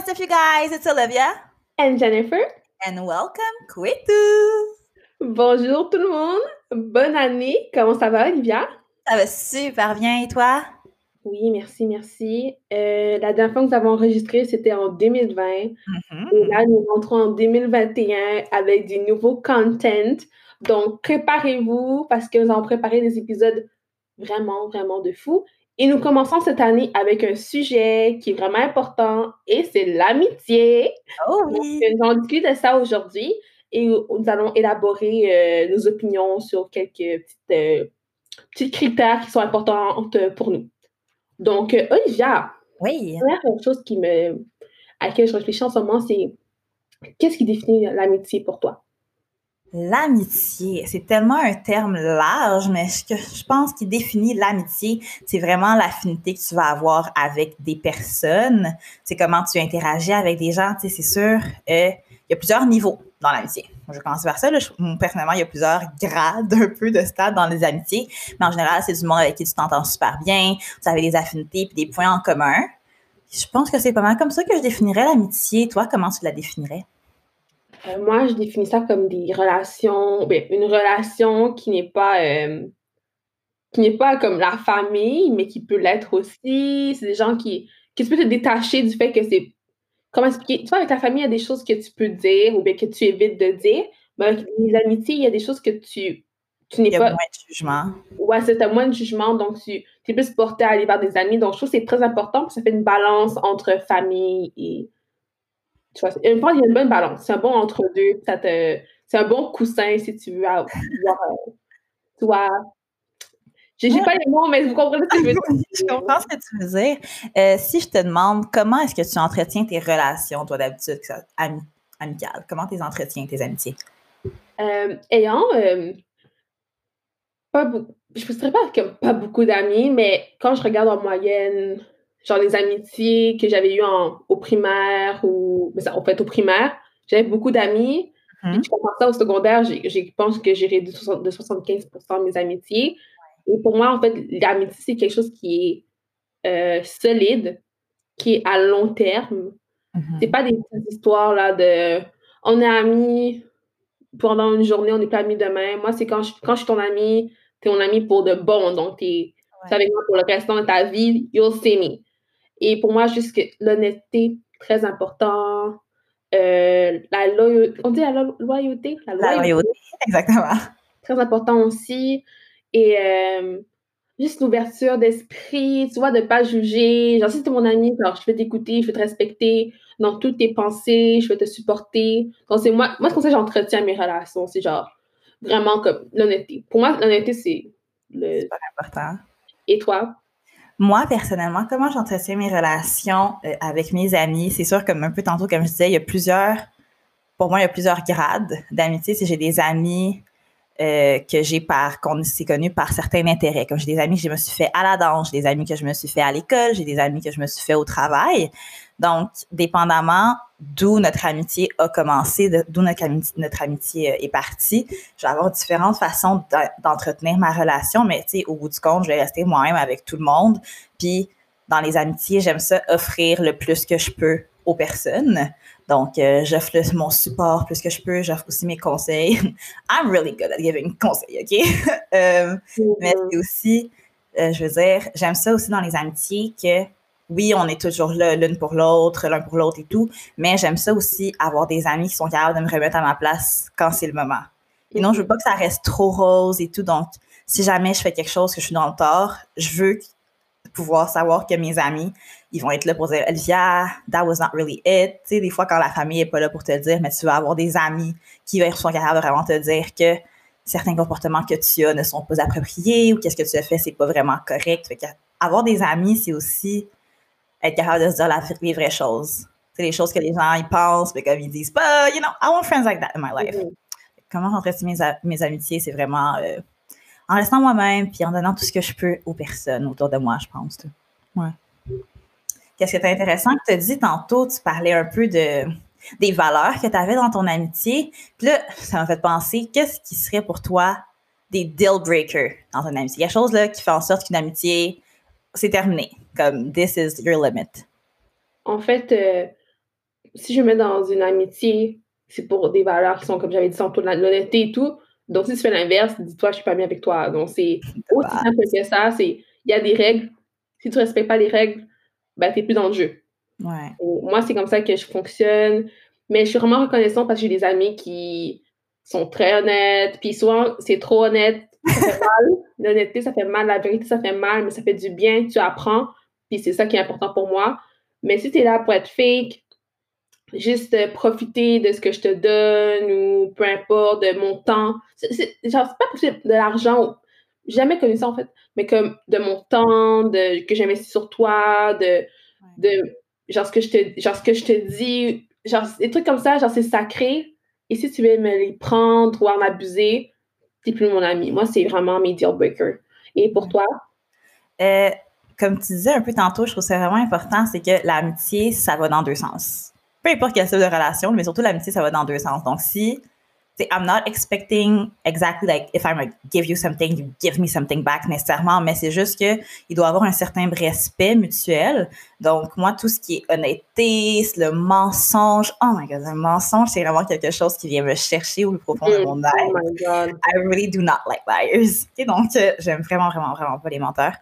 up, you guys? It's Olivia. And Jennifer. And welcome, Kwetu. Bonjour tout le monde. Bonne année. Comment ça va, Olivia? Ça va super bien, et toi? Oui, merci. La dernière fois que nous avons enregistré, c'était en 2020. Et là, nous rentrons en 2021 avec du nouveau content. Donc, préparez-vous parce que nous avons préparé des épisodes vraiment de fou. Et nous commençons cette année avec un sujet qui est vraiment important et c'est l'amitié. Oh oui! Donc, nous allons discuter de ça aujourd'hui et nous allons élaborer nos opinions sur quelques petits critères qui sont importants pour nous. Donc, Olivia, Oui. la première chose à laquelle je réfléchis en ce moment, c'est qu'est-ce qui définit l'amitié pour toi? L'amitié, c'est tellement un terme large, mais ce que je pense qui définit l'amitié, c'est vraiment l'affinité que tu vas avoir avec des personnes. C'est comment tu interagis avec des gens. Tu sais, c'est sûr, il y a plusieurs niveaux dans l'amitié. Je vais commencer par ça. Là. Personnellement, il y a plusieurs grades, un peu de stades dans les amitiés. Mais en général, c'est du monde avec qui tu t'entends super bien. Tu as des affinités et des points en commun. Je pense que c'est pas mal comme ça que je définirais l'amitié. Toi, comment tu la définirais? Moi, je définis ça comme des relations, une relation qui n'est pas comme la famille, mais qui peut l'être aussi. C'est des gens que tu peux te détacher du fait que c'est... Comment expliquer? Tu vois, avec la famille, il y a des choses que tu peux dire ou bien que tu évites de dire, mais avec les amitiés, il y a des choses que tu Il n'es y a pas... moins de jugement. Ouais, c'est moins de jugement, donc tu es plus porté à aller vers des amis. Donc, je trouve que c'est très important, que ça fait une balance entre famille et... Tu vois, je pense qu'il y a une bonne balance. C'est un bon entre-deux. C'est un bon coussin, si tu veux, avoir... Tu vois... J'ai pas les mots, mais vous comprenez ce que je veux dire. Je comprends ce que tu veux dire. Si je te demande, comment est-ce que tu entretiens tes relations, toi, d'habitude, amicales? Comment tu entretiens tes amitiés? Ayant pas beaucoup, je ne dirais pas comme pas beaucoup d'amis, mais quand je regarde en moyenne, genre les amitiés que j'avais eues au primaire en fait, au primaire, j'avais beaucoup d'amis. Puis je compare ça au secondaire, je pense que j'ai réduit de 75% mes amitiés. Et pour moi, en fait, l'amitié, c'est quelque chose qui est solide, qui est à long terme. C'est pas des petites histoires là de on est amis pendant une journée, on n'est pas amis demain. Moi, c'est quand je suis ton ami, t'es mon ami pour de bon. Donc, t'es avec moi pour le restant de ta vie, you'll see me. Et pour moi, juste que l'honnêteté, très important. La loyauté, on dit la loyauté? La loyauté, exactement. Très important aussi. Et juste l'ouverture d'esprit, tu vois, de ne pas juger. Genre, si t'es mon ami, alors je vais t'écouter, je vais te respecter dans toutes tes pensées, je vais te supporter. Donc, c'est moi, c'est comme ça que j'entretiens mes relations. C'est genre vraiment comme l'honnêteté. Pour moi, l'honnêteté, c'est super important. Et toi? Moi, personnellement, comment j'entretiens mes relations avec mes amis? C'est sûr, comme un peu tantôt, comme je disais, pour moi, il y a plusieurs grades d'amitié. Si j'ai des amis qu'on s'est connus par certains intérêts. Comme j'ai des amis que je me suis fait à la danse, j'ai des amis que je me suis fait à l'école, j'ai des amis que je me suis fait au travail. Donc, dépendamment d'où notre amitié a commencé, d'où notre amitié est partie, je vais avoir différentes façons d'entretenir ma relation, mais tu sais, au bout du compte, je vais rester moi-même avec tout le monde. Puis, dans les amitiés, j'aime ça offrir le plus que je peux aux personnes. Donc, j'offre mon support plus que je peux. J'offre aussi mes conseils. I'm really good at giving conseils, OK? Mais c'est aussi, je veux dire, j'aime ça aussi dans les amitiés que, oui, on est toujours là l'un pour l'autre et tout, mais j'aime ça aussi avoir des amis qui sont capables de me remettre à ma place quand c'est le moment. Et non, je veux pas que ça reste trop rose et tout. Donc, si jamais je fais quelque chose que je suis dans le tort, je veux pouvoir savoir que mes amis, ils vont être là pour dire « Olivia, that was not really it ». Tu sais, des fois, quand la famille est pas là pour te le dire, mais tu vas avoir des amis qui sont capables de vraiment te dire que certains comportements que tu as ne sont pas appropriés ou qu'est-ce que tu as fait, c'est pas vraiment correct. Fait avoir des amis, c'est aussi être capable de se dire les vraies choses. C'est les choses que les gens, ils pensent, mais comme ils disent pas, you know, I want friends like that in my life. Comment j'entretiens mes amitiés, c'est vraiment... en restant moi-même puis en donnant tout ce que je peux aux personnes autour de moi, je pense. Ouais. Qu'est-ce que tu as intéressant que tu as dit tantôt, tu parlais un peu des valeurs que tu avais dans ton amitié. Puis là, ça m'a fait penser, qu'est-ce qui serait pour toi des deal breakers dans ton amitié? Quelque chose là, qui fait en sorte qu'une amitié, c'est terminé. Comme, this is your limit. En fait, si je me mets dans une amitié, c'est pour des valeurs qui sont, comme j'avais dit tantôt, l'honnêteté et tout. Donc, si tu fais l'inverse, dis-toi, je suis pas bien avec toi. Donc, c'est aussi Bah, simple que ça. Il y a des règles. Si tu respectes pas les règles, ben, t'es plus dans le jeu. ouais. Et moi, c'est comme ça que je fonctionne. Mais je suis vraiment reconnaissante parce que j'ai des amis qui sont très honnêtes. Puis souvent, c'est trop honnête. Ça fait mal. L'honnêteté, ça fait mal. La vérité, ça fait mal, mais ça fait du bien. Tu apprends. Puis c'est ça qui est important pour moi. Mais si tu es là pour être fake, juste profiter de ce que je te donne ou peu importe, de mon temps. Genre, c'est pas possible de l'argent. J'ai jamais connu ça, en fait. Mais comme de mon temps, que j'investis sur toi, de genre, ce que je te dis, genre, des trucs comme ça, genre, c'est sacré. Et si tu veux me les prendre ou en abuser, t'es plus mon ami. Moi, c'est vraiment mes deal breakers. Et pour toi? Euh, Comme tu disais un peu tantôt, je trouve ça vraiment important, c'est que l'amitié, ça va dans deux sens. Peu importe quel type de relation, mais surtout l'amitié, ça va dans deux sens. Donc, si I'm not expecting exactly like if I'm like give you something, you give me something back nécessairement, mais c'est juste que il doit y avoir un certain respect mutuel. Donc moi tout ce qui est honnêteté, le mensonge, oh my god, le mensonge c'est vraiment quelque chose qui vient me chercher au plus profond de mon Oh être. my God. I really do not like liars. Okay, donc j'aime vraiment vraiment vraiment pas les menteurs.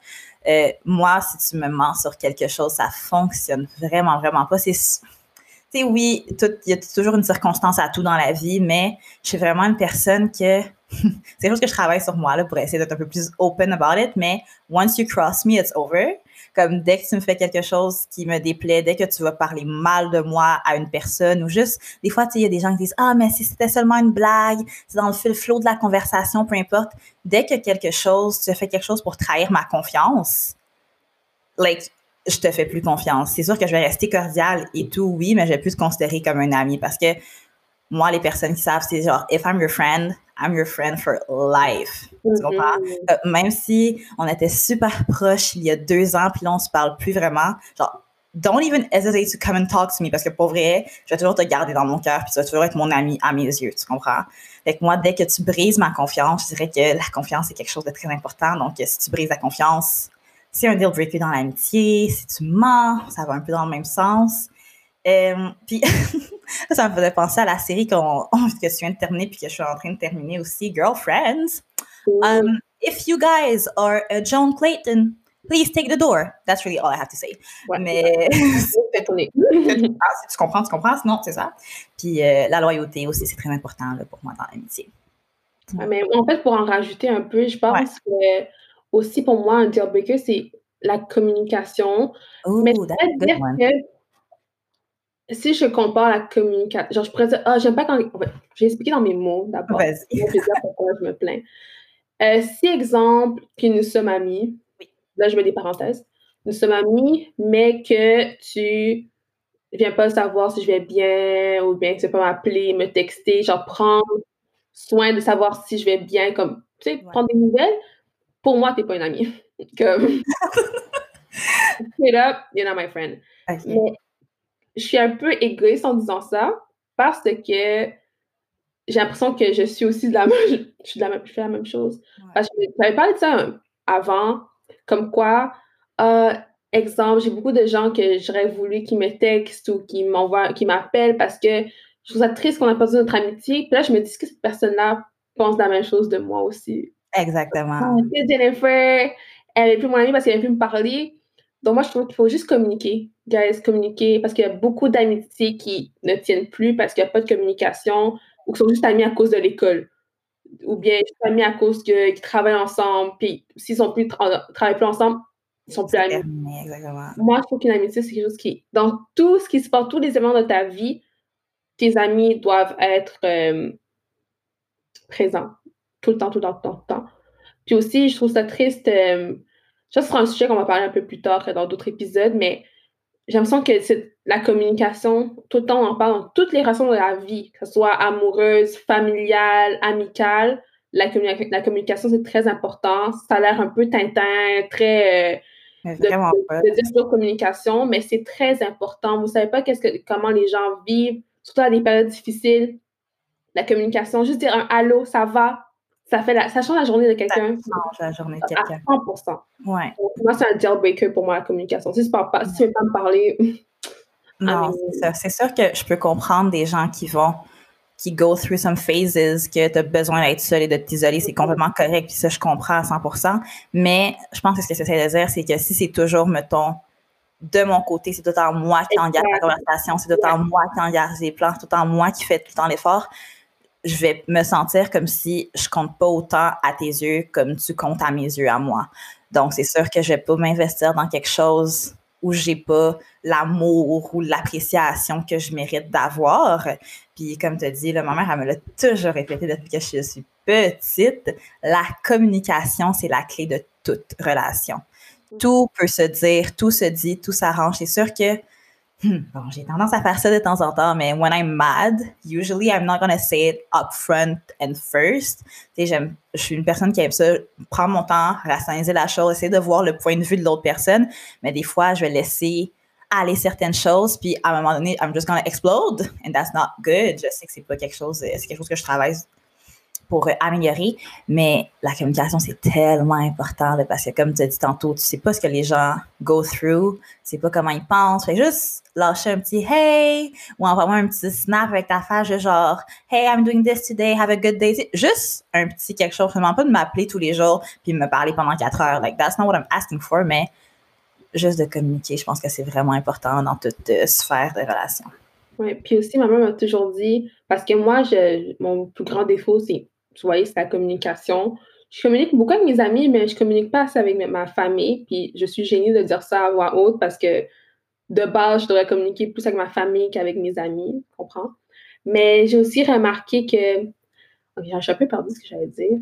Moi si tu me mens sur quelque chose, ça fonctionne vraiment vraiment pas. C'est tu sais, oui, il y a toujours une circonstance à tout dans la vie, mais je suis vraiment une personne que c'est quelque chose que je travaille sur moi là pour essayer d'être un peu plus open about it, mais once you cross me, it's over. Comme dès que tu me fais quelque chose qui me déplaît, dès que tu vas parler mal de moi à une personne ou juste, des fois, tu sais, il y a des gens qui disent, ah, mais si c'était seulement une blague, c'est dans le flot de la conversation, peu importe. Dès que quelque chose, tu as fait quelque chose pour trahir ma confiance, like, je te fais plus confiance. C'est sûr que je vais rester cordiale et tout, oui, mais je vais plus te considérer comme un ami parce que moi, les personnes qui savent, c'est genre, if I'm your friend for life. Tu comprends? Même si on était super proches il y a 2 ans, puis là, on se parle plus vraiment, genre, don't even hesitate to come and talk to me parce que pour vrai, je vais toujours te garder dans mon cœur, puis tu vas toujours être mon ami à mes yeux, tu comprends? Fait que moi, dès que tu brises ma confiance, je dirais que la confiance, c'est quelque chose de très important. Donc, si tu brises la confiance, c'est un deal breaker dans l'amitié. Si tu mens, ça va un peu dans le même sens. Puis ça me faisait penser à la série que tu viens de terminer puis que je suis en train de terminer aussi, Girlfriends. If you guys are Joan Clayton, please take the door. That's really all I have to say. Ouais. Mais si tu comprends, sinon c'est ça. Puis la loyauté aussi, c'est très important là, pour moi dans l'amitié. Ouais, mais en fait, pour en rajouter un peu, je pense que aussi pour moi, un deal breaker, c'est la communication. Mais Oh, je that's a pourrais good dire one. que si je compare la communication, genre je pourrais dire, j'aime pas quand. En fait, j'ai expliqué dans mes mots d'abord. Vas-y. Moi, je vais dire pourquoi je me plains. Si, exemple, que nous sommes amis, Oui. là, je mets des parenthèses, nous sommes amis, mais que tu viens pas savoir si je vais bien ou bien que tu vas pas m'appeler, me texter, genre prendre soin de savoir si je vais bien, comme, tu sais, prendre des nouvelles, pour moi, t'es pas une amie. Comme, straight up, you're not my friend. OK. Mais je suis un peu égoïste en disant ça parce que j'ai l'impression que je suis aussi je fais la même chose. Ouais. Parce que j'avais parlé de ça avant, comme quoi, exemple, j'ai beaucoup de gens que j'aurais voulu qui me textent ou qui m'envoient, qui m'appellent parce que je trouve ça triste qu'on a perdu notre amitié. Puis là, je me dis que cette personne-là pense la même chose de moi aussi. Exactement. Jennifer, elle est plus mon amie parce qu'elle vient plus me parler. Donc moi, je trouve qu'il faut juste communiquer. Guys, communiquer parce qu'il y a beaucoup d'amitiés qui ne tiennent plus parce qu'il n'y a pas de communication ou qui sont juste amis à cause de l'école. Ou bien juste amis à cause qu'ils travaillent ensemble. Puis s'ils ne travaillent plus ensemble, ils sont plus C'est amis. terminé, exactement. Moi, je trouve qu'une amitié, c'est quelque chose qui, dans tout ce qui se passe, tous les éléments de ta vie, tes amis doivent être présents. Tout le temps, tout le temps, tout le temps, tout le temps. Puis aussi, je trouve ça triste. Ça sera un sujet qu'on va parler un peu plus tard dans d'autres épisodes, mais j'ai l'impression que la communication, tout le temps, on en parle dans toutes les relations de la vie, que ce soit amoureuse, familiale, amicale. La communication, c'est très important. Ça a l'air un peu tintin, très Vraiment pas. de dire sur communication, mais c'est très important. Vous savez pas comment les gens vivent, surtout à des périodes difficiles. La communication, juste dire un allô, ça va, ça change la journée de quelqu'un. Ça change la journée de À quelqu'un. 100%. Ouais. Donc, moi, c'est un deal breaker pour moi, la communication. Si tu ne veux pas me parler, Non, c'est ça. C'est sûr que je peux comprendre des gens qui go through some phases, que tu as besoin d'être seul et de t'isoler, c'est complètement correct, puis ça, je comprends à 100%. Mais je pense que ce que j'essaie de dire, c'est que si c'est toujours, mettons, de mon côté, c'est tout le temps moi qui engage la conversation, c'est tout le temps moi qui engage les plans, c'est tout le temps moi qui fais tout le temps l'effort, je vais me sentir comme si je compte pas autant à tes yeux comme tu comptes à mes yeux à moi. Donc, c'est sûr que je vais pas m'investir dans quelque chose où j'ai pas l'amour ou l'appréciation que je mérite d'avoir. Puis, comme tu as dit, là, ma mère, elle me l'a toujours répété depuis que je suis petite, la communication, c'est la clé de toute relation. Tout peut se dire, tout se dit, tout s'arrange. C'est sûr que bon, j'ai tendance à faire ça de temps en temps, mais when I'm mad, usually I'm not gonna say it up front and first. Tu sais, je suis une personne qui aime ça, prendre mon temps, rationaliser la chose, essayer de voir le point de vue de l'autre personne, mais des fois, je vais laisser aller certaines choses, puis à un moment donné, I'm just gonna explode, and that's not good. Je sais que c'est pas quelque chose, c'est quelque chose que je travaille pour améliorer, mais la communication, c'est tellement important là, parce que comme tu as dit tantôt, tu sais pas ce que les gens go through, tu sais pas comment ils pensent, fait juste lâcher un petit « hey » ou envoie-moi un petit snap avec ta face genre « hey, I'm doing this today, have a good day », t'sais, juste un petit quelque chose, vraiment pas de m'appeler tous les jours puis me parler pendant 4 heures, like that's not what I'm asking for, mais juste de communiquer, je pense que c'est vraiment important dans toute sphère de relation. Oui, puis aussi, ma mère m'a toujours dit, parce que moi, mon plus grand défaut, c'est, tu vois, c'est la communication. Je communique beaucoup avec mes amis, mais je communique pas assez avec ma famille. Puis je suis gênée de dire ça à voix haute parce que de base, je devrais communiquer plus avec ma famille qu'avec mes amis, tu comprends? Mais j'ai aussi remarqué que. Ok, j'ai un peu perdu ce que j'allais dire.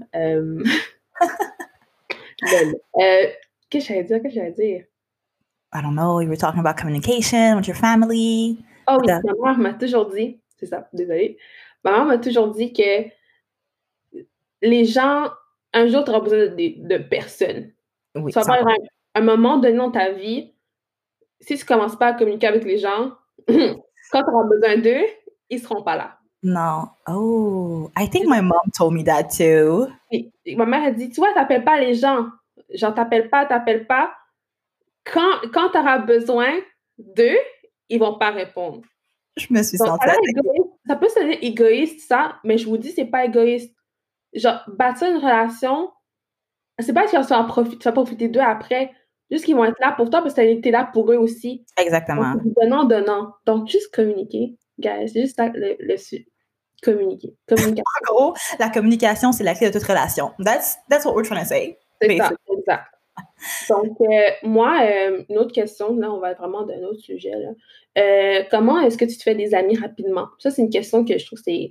Qu'est-ce que j'allais dire? Qu'est-ce que j'allais dire? I don't know, you were talking about communication with your family. Oh oui, ma mère m'a toujours dit, c'est ça, désolée. Ma mère m'a toujours dit que les gens, un jour, tu auras besoin de personne. Oui, Ça va avoir un moment donné dans ta vie, si tu commences pas à communiquer avec les gens, quand tu auras besoin d'eux, ils seront pas là. Non. Oh, I think my mom told me that too. Et ma mère a dit, tu vois, t'appelles pas les gens. Genre, t'appelles pas. Quand tu auras besoin d'eux, ils vont pas répondre. Je me suis Donc, sentie ça peut sonner égoïste, ça, mais je vous dis, c'est pas égoïste. Genre, bâtir une relation, c'est pas que tu vas profiter d'eux après, juste qu'ils vont être là pour toi parce que t'es là pour eux aussi. Exactement. Donc, donnant. Donc, juste communiquer, guys. C'est juste communiquer. En gros, la communication, c'est la clé de toute relation. That's what we're trying to say. C'est ça, exact. Donc, moi, une autre question, là, on va vraiment d'un autre sujet. Là. Comment est-ce que tu te fais des amis rapidement? Ça, c'est une question que je trouve c'est.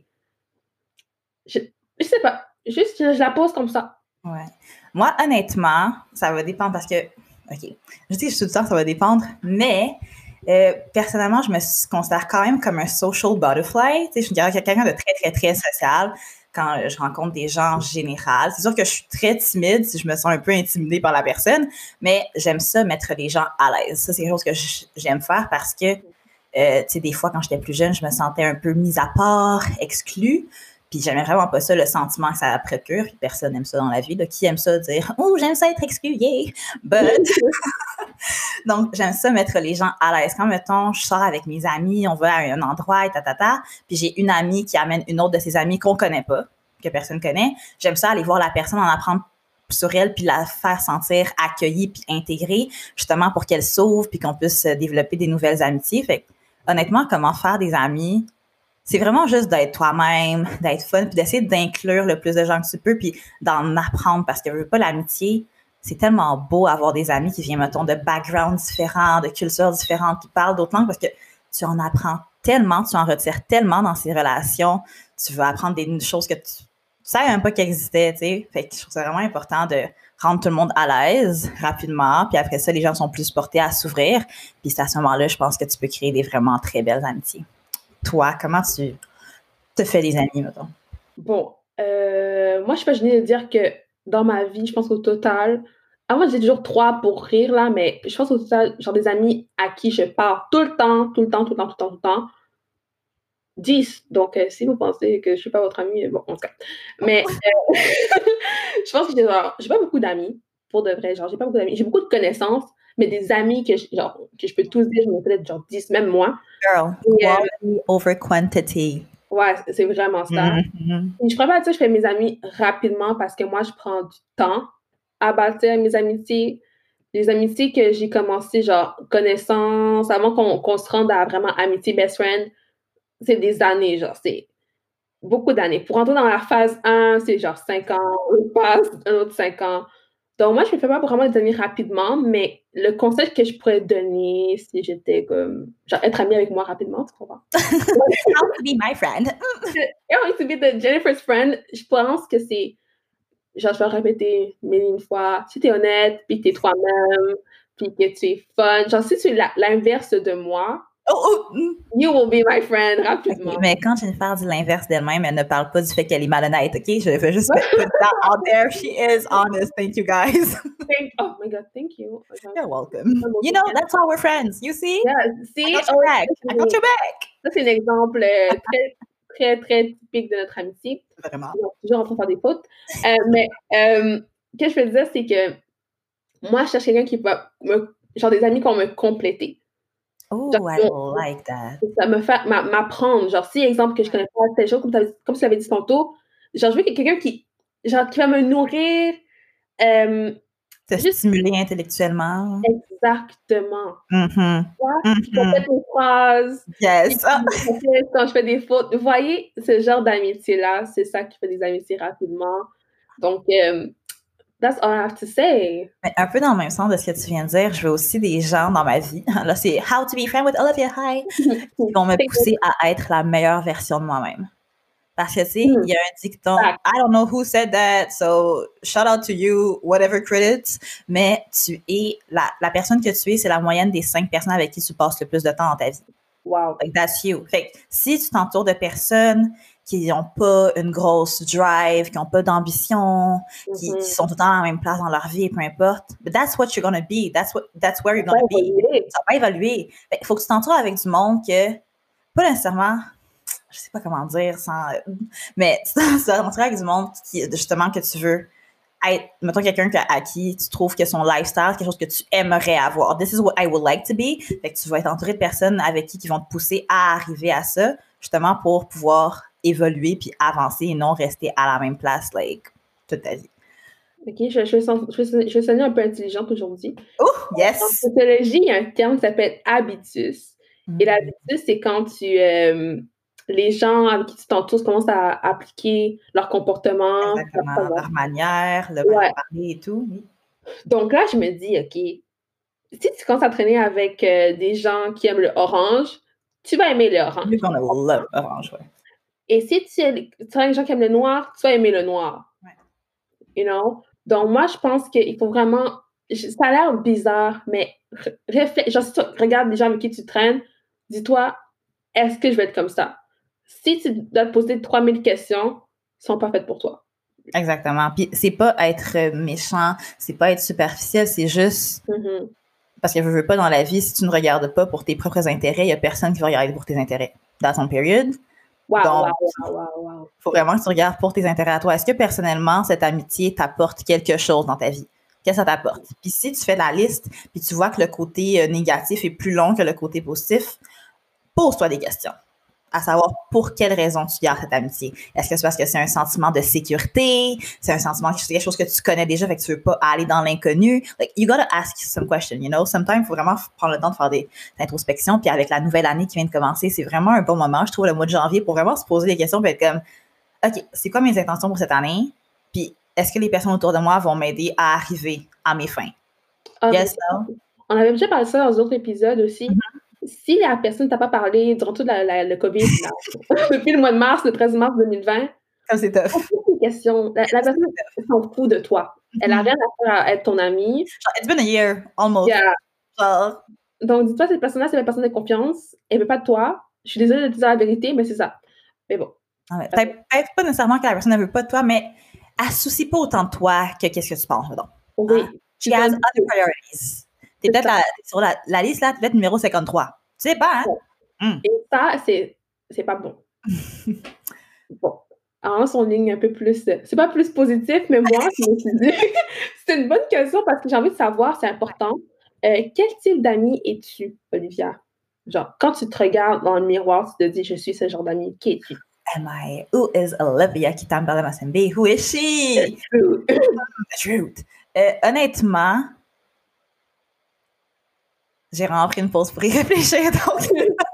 Je sais pas. Juste, je la pose comme ça. Ouais. Moi, honnêtement, ça va dépendre parce que, OK, je dis que tout le temps, ça va dépendre, mais personnellement, je me considère quand même comme un social butterfly. Tu sais, je suis quelqu'un de très, très, très social quand je rencontre des gens en général. C'est sûr que je suis très timide si je me sens un peu intimidée par la personne, mais j'aime ça mettre les gens à l'aise. Ça, c'est quelque chose que j'aime faire parce que, tu sais, des fois, quand j'étais plus jeune, je me sentais un peu mise à part, exclue. Puis j'aimais vraiment pas ça, le sentiment que ça procure. Puis personne n'aime ça dans la vie. Là. Qui aime ça dire « Oh, j'aime ça être exclué! » But... Donc, j'aime ça mettre les gens à l'aise. Quand, mettons, je sors avec mes amis, on va à un endroit, et puis j'ai une amie qui amène une autre de ses amies qu'on connaît pas, que personne connaît. J'aime ça aller voir la personne, en apprendre sur elle, puis la faire sentir accueillie puis intégrée, justement pour qu'elle s'ouvre puis qu'on puisse développer des nouvelles amitiés. Fait que, honnêtement, comment faire des amis... C'est vraiment juste d'être toi-même, d'être fun, puis d'essayer d'inclure le plus de gens que tu peux, puis d'en apprendre, parce que je veux pas l'amitié, c'est tellement beau avoir des amis qui viennent, mettons, de backgrounds différents, de cultures différentes, qui parlent d'autres langues, parce que tu en apprends tellement, tu en retires tellement dans ces relations, tu veux apprendre des choses que tu savais même pas qu'elles existaient, tu sais. Fait que je trouve ça vraiment important de rendre tout le monde à l'aise rapidement, puis après ça, les gens sont plus portés à s'ouvrir, puis c'est à ce moment-là, je pense que tu peux créer des vraiment très belles amitiés. Toi, comment tu te fais des amis, mettons? Bon, moi, je suis pas gênée de dire que dans ma vie, je pense qu'au total, moi, j'ai toujours 3 pour rire, là, mais je pense qu'au total, genre des amis à qui je parle tout le temps, 10. Donc, si vous pensez que je suis pas votre amie, bon, en tout cas. Mais je pense que j'ai pas beaucoup d'amis, pour de vrai. Genre, j'ai pas beaucoup d'amis. J'ai beaucoup de connaissances, mais des amis que je peux tous dire, je me peut-être genre 10, même moi. Girl, quality over quantity. Ouais, c'est vraiment ça. Et je préfère dire je fais mes amis rapidement parce que moi, je prends du temps à bâtir mes amitiés. Les amitiés que j'ai commencé, genre connaissance, avant qu'on se rende à vraiment amitié best friend, c'est des années, genre, c'est beaucoup d'années. Pour entrer dans la phase 1, c'est genre 5 ans, on passe un autre 5 ans. Donc moi, je ne fais pas vraiment des amis rapidement, mais le conseil que je pourrais donner si j'étais comme genre être amie avec moi rapidement, tu comprends? How to be my friend. How to be the Jennifer's friend, je pense que c'est genre je vais répéter mille une fois, si tu es honnête, puis que tu es toi-même, puis que tu es fun, genre si tu es l'inverse de moi, you will be my friend rapidement. Okay, mais quand Jennifer dit l'inverse d'elle-même, elle ne parle pas du fait qu'elle est malhonnête, OK? Je veux juste put that out there. She is honest. Thank you, guys. Oh my God, thank you. You're welcome. You know, that's how we're friends. You see? Yeah, see? I got your back. I got your back. Ça, c'est un exemple très, très, très typique de notre amitié. Vraiment. On est toujours en train de faire des fautes. Mais ce que je veux dire, c'est que moi, je cherche quelqu'un qui va genre des amis qui vont me compléter. Oh, I like that. Ça me fait m'apprendre. Genre, si, exemple, que je connais pas telle chose, comme tu l'avais dit tantôt, genre, je veux quelqu'un qui va me nourrir. Te stimuler intellectuellement. Exactement. Qui complète mes phrases. Yes. Quand je fais des fautes. Vous voyez, ce genre d'amitié-là, c'est ça qui fait des amitiés rapidement. Donc, that's all I have to say. Mais un peu dans le même sens de ce que tu viens de dire, je veux aussi des gens dans ma vie. Là, c'est How to be friend with Olivia Hi, qui vont me pousser à être la meilleure version de moi-même. Parce que, tu sais, il y a un dicton, I don't know who said that, so shout out to you, whatever credits, mais tu es, la personne que tu es, c'est la moyenne des 5 personnes avec qui tu passes le plus de temps dans ta vie. Wow. Like, that's you. Fait que si tu t'entoures de personnes qui n'ont pas une grosse drive, qui n'ont pas d'ambition, qui sont tout le temps à la même place dans leur vie, peu importe, but that's what you're gonna be. That's where you're gonna be. Ça va évoluer. Fait qu'il faut que tu t'entoures avec du monde que, pas nécessairement, je sais pas comment dire mais tu t'entoures avec du monde qui, justement, que tu veux être, mettons quelqu'un à qui tu trouves que son lifestyle, quelque chose que tu aimerais avoir. This is what I would like to be. Fait que tu vas être entouré de personnes avec qui vont te pousser à arriver à ça, justement pour pouvoir évoluer puis avancer et non rester à la même place, like, toute ta vie. OK, je vais sonner un peu intelligente aujourd'hui. Oh, yes! En sociologie, il y a un terme qui s'appelle habitus. Et l'habitus, c'est quand les gens avec qui tu t'entoures commencent à appliquer leur comportement. Exactement, leur manière, le manière de parler et tout. Oui. Donc là, je me dis, OK, si tu commences à traîner avec des gens qui aiment le orange, tu vas aimer le orange. You're gonna love orange, ouais. Et si tu as des gens qui aiment le noir, tu vas aimer le noir. Ouais. You know? Donc, moi, je pense qu'il faut vraiment... Ça a l'air bizarre, mais genre, si tu regardes les gens avec qui tu traînes, dis-toi, est-ce que je vais être comme ça? Si tu dois te poser 3000 questions, ils sont pas faites pour toi. Exactement. Puis c'est pas être méchant, c'est pas être superficiel, c'est juste... Parce que je veux pas dans la vie, si tu ne regardes pas pour tes propres intérêts, il y a personne qui va regarder pour tes intérêts. That's on period. Wow. Faut vraiment que tu regardes pour tes intérêts à toi. Est-ce que personnellement, cette amitié t'apporte quelque chose dans ta vie? Qu'est-ce que ça t'apporte? Puis si tu fais la liste, puis tu vois que le côté négatif est plus long que le côté positif, pose-toi des questions. À savoir pour quelle raison tu gardes cette amitié. Est-ce que c'est parce que c'est un sentiment de sécurité? C'est un sentiment que c'est quelque chose que tu connais déjà, fait que tu veux pas aller dans l'inconnu? Like, you gotta ask some questions, you know? Sometimes, il faut vraiment prendre le temps de faire des introspections. Puis avec la nouvelle année qui vient de commencer, c'est vraiment un bon moment, je trouve, le mois de janvier, pour vraiment se poser des questions, puis être comme, OK, c'est quoi mes intentions pour cette année? Puis est-ce que les personnes autour de moi vont m'aider à arriver à mes fins? Yes, no? On avait déjà parlé de ça dans d'autres épisodes aussi. Si la personne t'a pas parlé durant tout le COVID, depuis le mois de mars, le 13 mars 2020, comme c'est tough. Une question. La personne s'en fout de toi. Elle a rien à faire à être ton amie. It's been a year, almost. Yeah. Donc, dis-toi, cette personne-là, c'est la personne de confiance. Elle veut pas de toi. Je suis désolée de te dire la vérité, mais c'est ça. Mais bon. Peut-être pas nécessairement que la personne ne veut pas de toi, mais elle ne se soucie pas autant de toi que qu'est-ce que tu penses, donc. Oui. She has other priorities. T'es peut-être sur la liste, là, peut-être numéro 53. Tu sais pas, hein? Et ça, c'est pas bon. Bon. Alors, son ligne un peu plus... C'est pas plus positif, mais moi, je me suis dit... c'est une bonne question parce que j'ai envie de savoir, c'est important. Quel type d'ami es-tu, Olivia? Genre, quand tu te regardes dans le miroir, tu te dis, je suis ce genre d'ami. Qui es-tu? Who is Olivia Kitambala Masembe? Who is she? The truth. Honnêtement, j'ai vraiment pris une pause pour y réfléchir. Donc,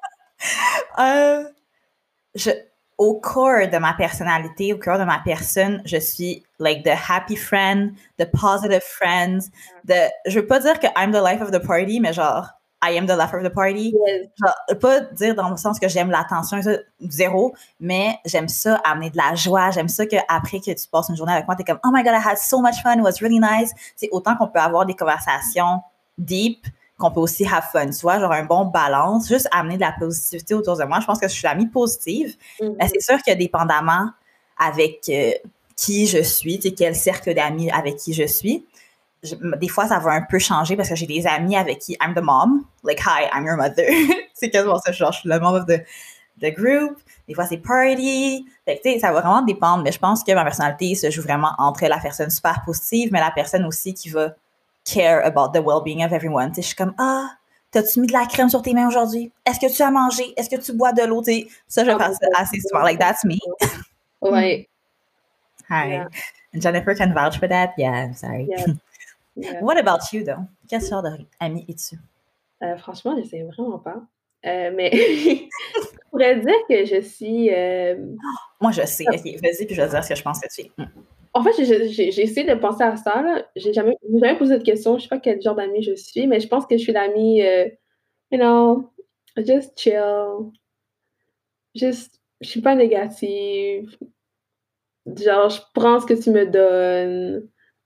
au cœur de ma personnalité, au cœur de ma personne, je suis like the happy friend, the positive friends. Je veux pas dire que I'm the life of the party, mais genre, I am the life of the party. Yes. Genre, pas dire dans le sens que j'aime l'attention, zéro, mais j'aime ça amener de la joie. J'aime ça qu'après que tu passes une journée avec moi, t'es comme, oh my God, I had so much fun, it was really nice. C'est autant qu'on peut avoir des conversations deep, qu'on peut aussi have fun, tu vois, genre un bon balance, juste amener de la positivité autour de moi. Je pense que je suis l'amie positive. Mm-hmm. C'est sûr que dépendamment avec qui je suis, tu sais, quel cercle d'amis avec qui je suis, des fois, ça va un peu changer parce que j'ai des amis avec qui I'm the mom. Like, hi, I'm your mother. C'est quasiment ça, genre, je suis le membre de group. Des fois, c'est party. Fait que, tu sais, ça va vraiment dépendre, mais je pense que ma personnalité se joue vraiment entre la personne super positive, mais la personne aussi qui va care about the well-being of everyone. Tu sais, je suis comme, t'as-tu mis de la crème sur tes mains aujourd'hui? Est-ce que tu as mangé? Est-ce que tu bois de l'eau? Tu sais, ça, je passe assez souvent. Like, that's me. Ouais. Hi. Yeah. Jennifer can vouch for that. Yeah, I'm sorry. Yeah. What about you, though? Quelle sorte d'ami es-tu? Franchement, je sais vraiment pas. Mais je pourrais dire que je suis... Moi, je sais. OK, vas-y, puis je vais dire ce que je pense que tu es. En fait, j'ai essayé de penser à ça. Là. J'ai jamais posé cette question. Je sais pas quel genre d'amie je suis, mais je pense que je suis l'amie, you know, just chill. Just, je suis pas négative. Genre, je prends ce que tu me donnes.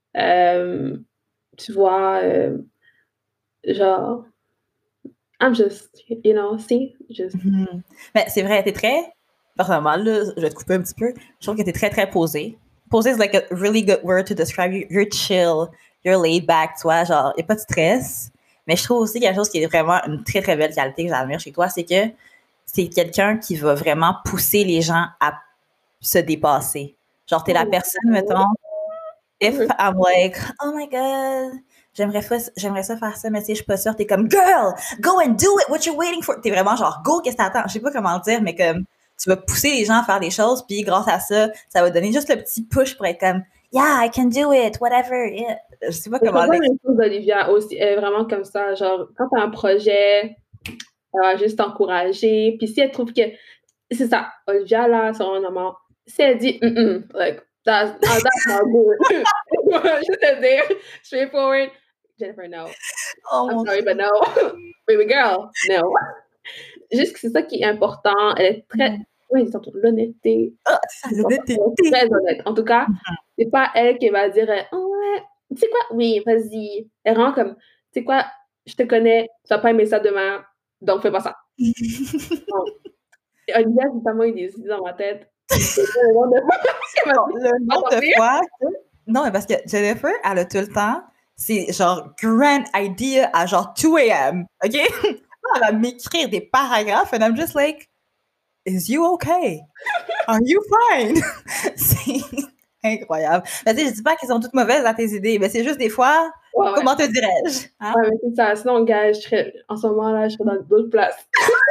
Tu vois, genre, I'm just, you know, see, just. Mm-hmm. Mais c'est vrai, t'es très, personnellement, là, je vais te couper un petit peu. Je trouve que t'es très, très posée. Posée is like a really good word to describe you. You're chill, you're laid back, tu vois, genre, y a pas de stress. Mais je trouve aussi quelque chose qui est vraiment une très, très belle qualité que j'admire chez toi, c'est que c'est quelqu'un qui va vraiment pousser les gens à se dépasser. Genre, t'es la personne, mettons, if I'm like, oh my God, j'aimerais ça faire ça, mais tu sais, je suis pas sûre. T'es comme, girl, go and do it, what you waiting for? T'es vraiment genre, go, qu'est-ce que t'attends? Je sais pas comment le dire, mais comme, tu vas pousser les gens à faire des choses, puis grâce à ça, ça va donner juste le petit push pour être comme, yeah, I can do it, whatever. Yeah. Je sais pas comment le dire. C'est la même chose d'Olivia aussi, elle est vraiment comme ça, genre, quand t'as un projet, elle va juste t'encourager, puis si elle trouve que, c'est ça, Olivia, là, c'est vraiment, si elle dit, like, that's not good. Juste te dire, straightforward, Jennifer, no. Oh, I'm sorry, but no. Baby girl, no. Juste que c'est ça qui est important. Elle est très... Oui, c'est l'honnêteté. L'honnêteté. Très honnête. En tout cas, c'est pas elle qui va dire oh ouais, tu sais quoi? Oui, vas-y. Elle rend comme, tu sais quoi? Je te connais, tu vas pas aimer ça demain, donc fais pas ça. Olivia, j'ai tellement eu des idées dans ma tête. Le nombre de fois. Non, mais parce que Jennifer, elle a tout le temps, c'est genre grand idea à genre 2 a.m. OK? Elle va m'écrire des paragraphes and I'm just like, is you okay? Are you fine? C'est incroyable. Mais tu sais, je dis pas qu'elles sont toutes mauvaises dans tes idées, mais c'est juste des fois, comment te dirais-je? Hein? Ouais, mais c'est ça. Sinon, gars, en ce moment-là, je serais dans d'autres places.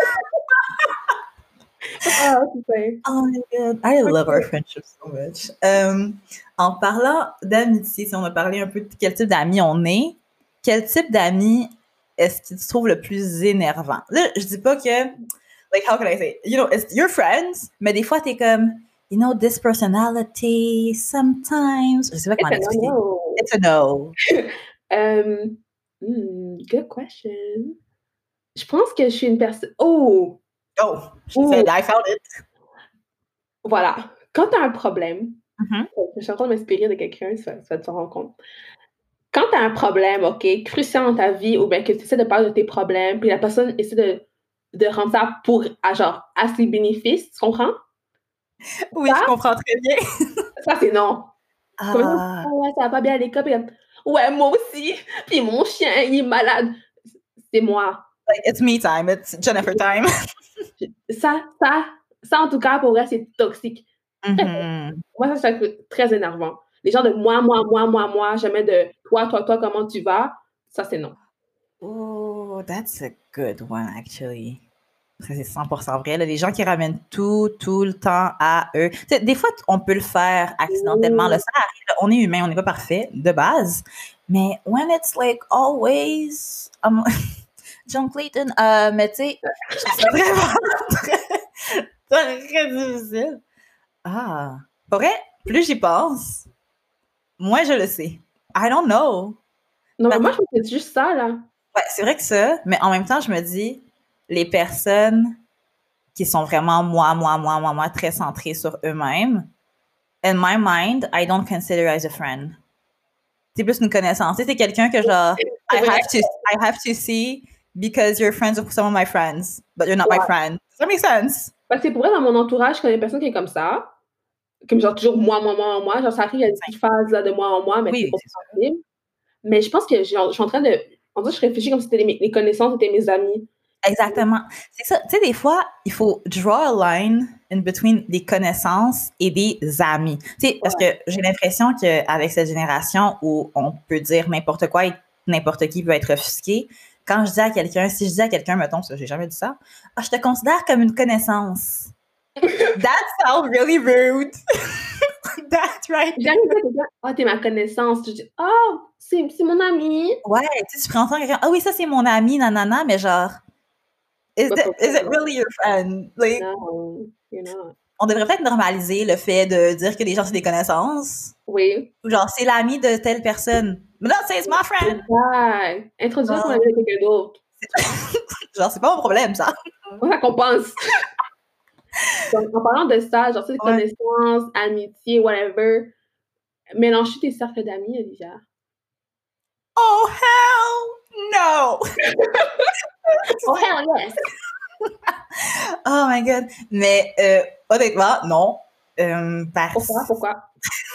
Oh my God, I love our friendship so much. En parlant d'amitié, si on a parlé un peu de quel type d'amis on est, quel type d'amis est-ce que tu trouves le plus énervant? Là, je dis pas que, like, how can I say? You know, it's your friends, mais des fois, t'es comme, you know, this personality, sometimes. Je sais pas comment l'expliquer. It's a no. Good question. Je pense que je suis une personne. Oh, she said, I found it. Voilà. Quand tu as un problème, je suis en train de m'inspirer de quelqu'un, ça va te rendre compte. Quand tu as un problème, OK, crucial dans ta vie, ou bien que tu essaies de parler de tes problèmes, puis la personne essaie de rendre ça à ses bénéfices, tu comprends? Oui, ça, je comprends très bien. Ça, c'est non. Ouais, ça va pas bien à l'école, puis ouais, moi aussi, puis mon chien, il est malade. C'est moi. Like, it's me time, it's Jennifer time. Ça, en tout cas, pour elle, c'est toxique. Moi, ça, c'est très énervant. Les gens de moi, jamais de toi, comment tu vas, ça, c'est non. Oh, that's a good one, actually. Ça, c'est 100% vrai. Là, les gens qui ramènent tout le temps à eux. Tu sais, des fois, on peut le faire accidentellement. Là, ça arrive. Là, on est humain, on n'est pas parfait de base. Mais when it's like always... John Clayton, mais tu sais, c'est vraiment très difficile. Ah, pour vrai, plus j'y pense, moins je le sais. I don't know. Non, mais moi, je pense que c'est juste ça, là. Ouais, c'est vrai que ça, mais en même temps, je me dis, les personnes qui sont vraiment moi, très centrées sur eux-mêmes, in my mind, I don't consider as a friend. C'est plus une connaissance. Tu sais, c'est quelqu'un que genre, I have to see because you're friends with some of my friends, but you're not my friend. Does that make sense? Parce que pour vrai, dans mon entourage, je connais des personnes qui sont comme ça. Comme genre toujours moi. Genre, ça arrive, il y a des petites phases là, de moi en moi, mais Oui, c'est compréhensible. Mais je pense que genre, je suis en train de. En fait, je réfléchis comme si c'était les connaissances étaient mes amis. Exactement. C'est ça. Tu sais, des fois, il faut draw a line in between des connaissances et des amis. Tu sais, parce que j'ai l'impression qu'avec cette génération où on peut dire n'importe quoi et n'importe qui peut être offusqué, quand je dis à quelqu'un, si je dis à quelqu'un, mettons, ça, j'ai jamais dit ça, ah, je te considère comme une connaissance. That sounds really rude. That's right. Jamais dit à quelqu'un, ah, t'es ma connaissance. Je dis, ah, c'est mon ami. Ouais, tu prends ça à quelqu'un, ah oui, ça c'est mon ami, nanana, mais genre, is it really your friend? Like, no, you're not. On devrait peut-être normaliser le fait de dire que les gens, c'est des connaissances. Oui. Ou genre, c'est l'ami de telle personne. Mais là, c'est my friend. Ouais. Introduire ton ami à quelqu'un d'autre. Genre, c'est pas mon problème, ça. Moi, ça compense. Donc, en parlant de ça, genre, c'est connaissances, amitié, whatever, mélange tes cercles d'amis, Olivia. Oh, hell no! Oh, hell yes! Oh my God. Mais honnêtement, non. Pourquoi?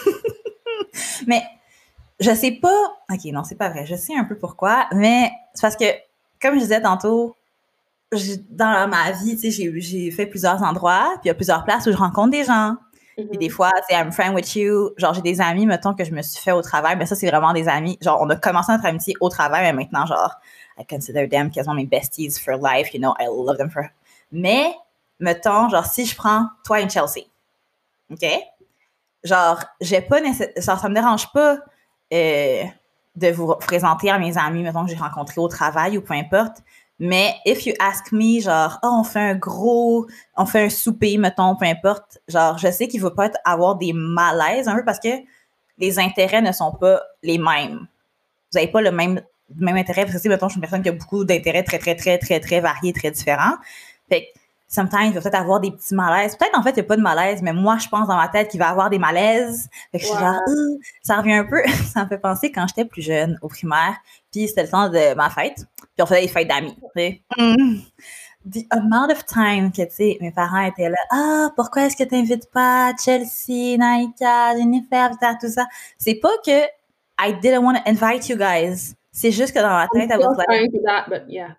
Mais je sais pas... OK, non, c'est pas vrai. Je sais un peu pourquoi, mais c'est parce que, comme je disais tantôt, dans ma vie, tu sais, j'ai fait plusieurs endroits, puis il y a plusieurs places où je rencontre des gens. Puis des fois, tu sais, I'm friend with you. Genre, j'ai des amis, mettons, que je me suis fait au travail. Mais ça, c'est vraiment des amis. Genre, on a commencé notre amitié au travail, mais maintenant, genre, I consider them quasiment mes besties for life. You know, I love them for... Mais, mettons, genre, si je prends toi et Chelsea, OK? Genre, j'ai pas nécessairement... Ça me dérange pas de vous présenter à mes amis, mettons, que j'ai rencontrés au travail ou peu importe. Mais if you ask me, genre, oh, on fait un souper, mettons, peu importe, genre, je sais qu'il va pas avoir des malaises un peu parce que les intérêts ne sont pas les mêmes. Vous avez pas le même intérêt parce que, mettons, je suis une personne qui a beaucoup d'intérêts très variés, très différents. Fait que, sometimes, il va peut-être avoir des petits malaises. Peut-être, en fait, il n'y a pas de malaise, mais moi, je pense dans ma tête qu'il va avoir des malaises. Fait que je suis genre, ça revient un peu, ça me fait penser quand j'étais plus jeune, au primaire, puis c'était le temps de ma fête. Puis on faisait des fêtes d'amis, tu sais. The amount of time que, tu sais, mes parents étaient là, ah, pourquoi est-ce que tu n'invites pas Chelsea, Naika, Jennifer, tout ça? C'est pas que I didn't want to invite you guys. C'est juste que dans ma tête, I was like... That, but yeah,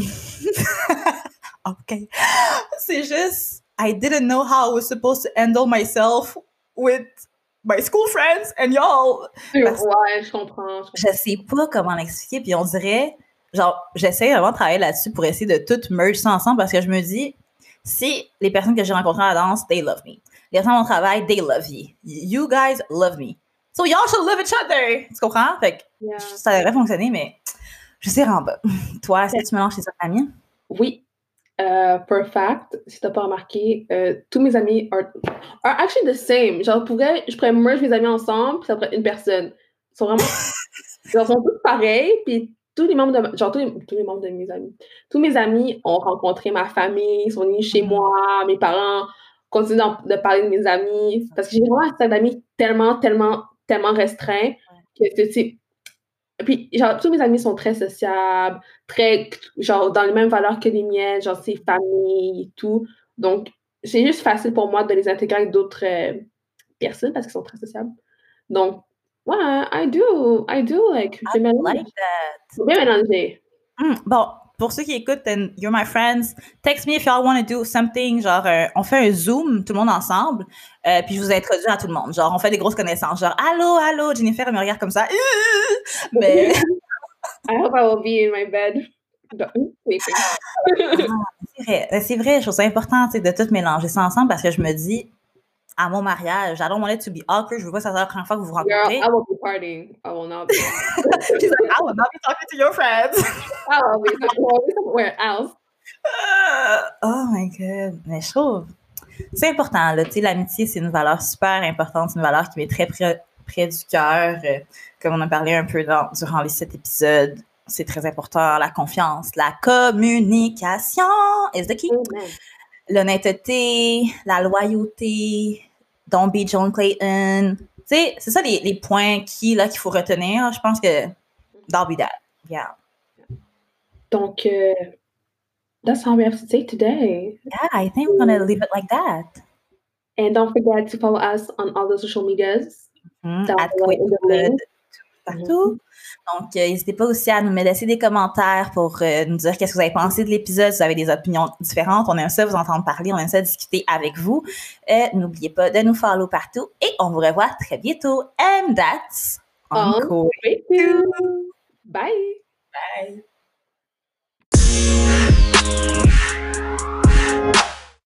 OK. C'est juste, I didn't know how I was supposed to handle myself with my school friends and y'all. Ouais, je comprends. Je sais pas comment l'expliquer, puis on dirait... Genre, j'essaie vraiment de travailler là-dessus pour essayer de tout merge ça ensemble parce que je me dis, si les personnes que j'ai rencontrées à la danse, they love me. Les personnes à mon travail, they love you. You guys love me. So y'all should love each other. Tu comprends? Fait que ça devrait fonctionner, mais je sais vraiment pas. Toi, est-ce que tu mélanges tes amis? Oui. Perfect. Si t'as pas remarqué, tous mes amis are actually the same. Genre, je pourrais merge mes amis ensemble, puis ça pourrait être une personne. Ils sont vraiment... ils sont tous pareils, puis tous les membres de mes amis. Tous mes amis ont rencontré ma famille, ils sont venus chez moi, mes parents continuent de parler de mes amis. Parce que j'ai vraiment un cercle d'amis tellement restreint que c'est... Puis, genre, tous mes amis sont très sociables, très, genre, dans les mêmes valeurs que les miennes, genre, c'est famille et tout. Donc, c'est juste facile pour moi de les intégrer avec d'autres personnes parce qu'ils sont très sociables. Donc, ouais, I do, like, I like that. Bien mélangé. Bon, pour ceux qui écoutent, and you're my friends, text me if y'all want to do something, genre, on fait un Zoom, tout le monde ensemble, puis je vous introduis à tout le monde. Genre, on fait des grosses connaissances, genre, allô, Jennifer, elle me regarde comme ça. Mais I hope I will be in my bed sleeping. C'est vrai, je trouve ça important de tout mélanger ça ensemble parce que je me dis, à mon mariage, I don't want it to be awkward. Je veux pas que ça soit la première fois que vous vous rencontrez. Girl, I will be partying. I will not be. She's like, I will not be talking to your friends. I will be somewhere else. Oh my God. Mais je trouve, c'est important, là. Tu sais, l'amitié, c'est une valeur super importante. C'est une valeur qui m'est très près du cœur. Comme on a parlé un peu durant les 7 épisodes, c'est très important. La confiance, la communication is the key. Amen. L'honnêteté, la loyauté, don't be John Clayton. Tu sais, c'est ça les points qu'il faut retenir. Je pense que that'll be that. Yeah. Donc, that's all we have to say today. Yeah, I think we're going to leave it like that. And don't forget to follow us on all the social medias. At Quakewood, partout. Donc, n'hésitez pas aussi à nous laisser des commentaires pour nous dire qu'est-ce que vous avez pensé de l'épisode, si vous avez des opinions différentes. On aime ça vous entendre parler, on aime ça discuter avec vous. N'oubliez pas de nous follow partout et on vous revoit très bientôt. And that's on Quakewood. Bye! Bye!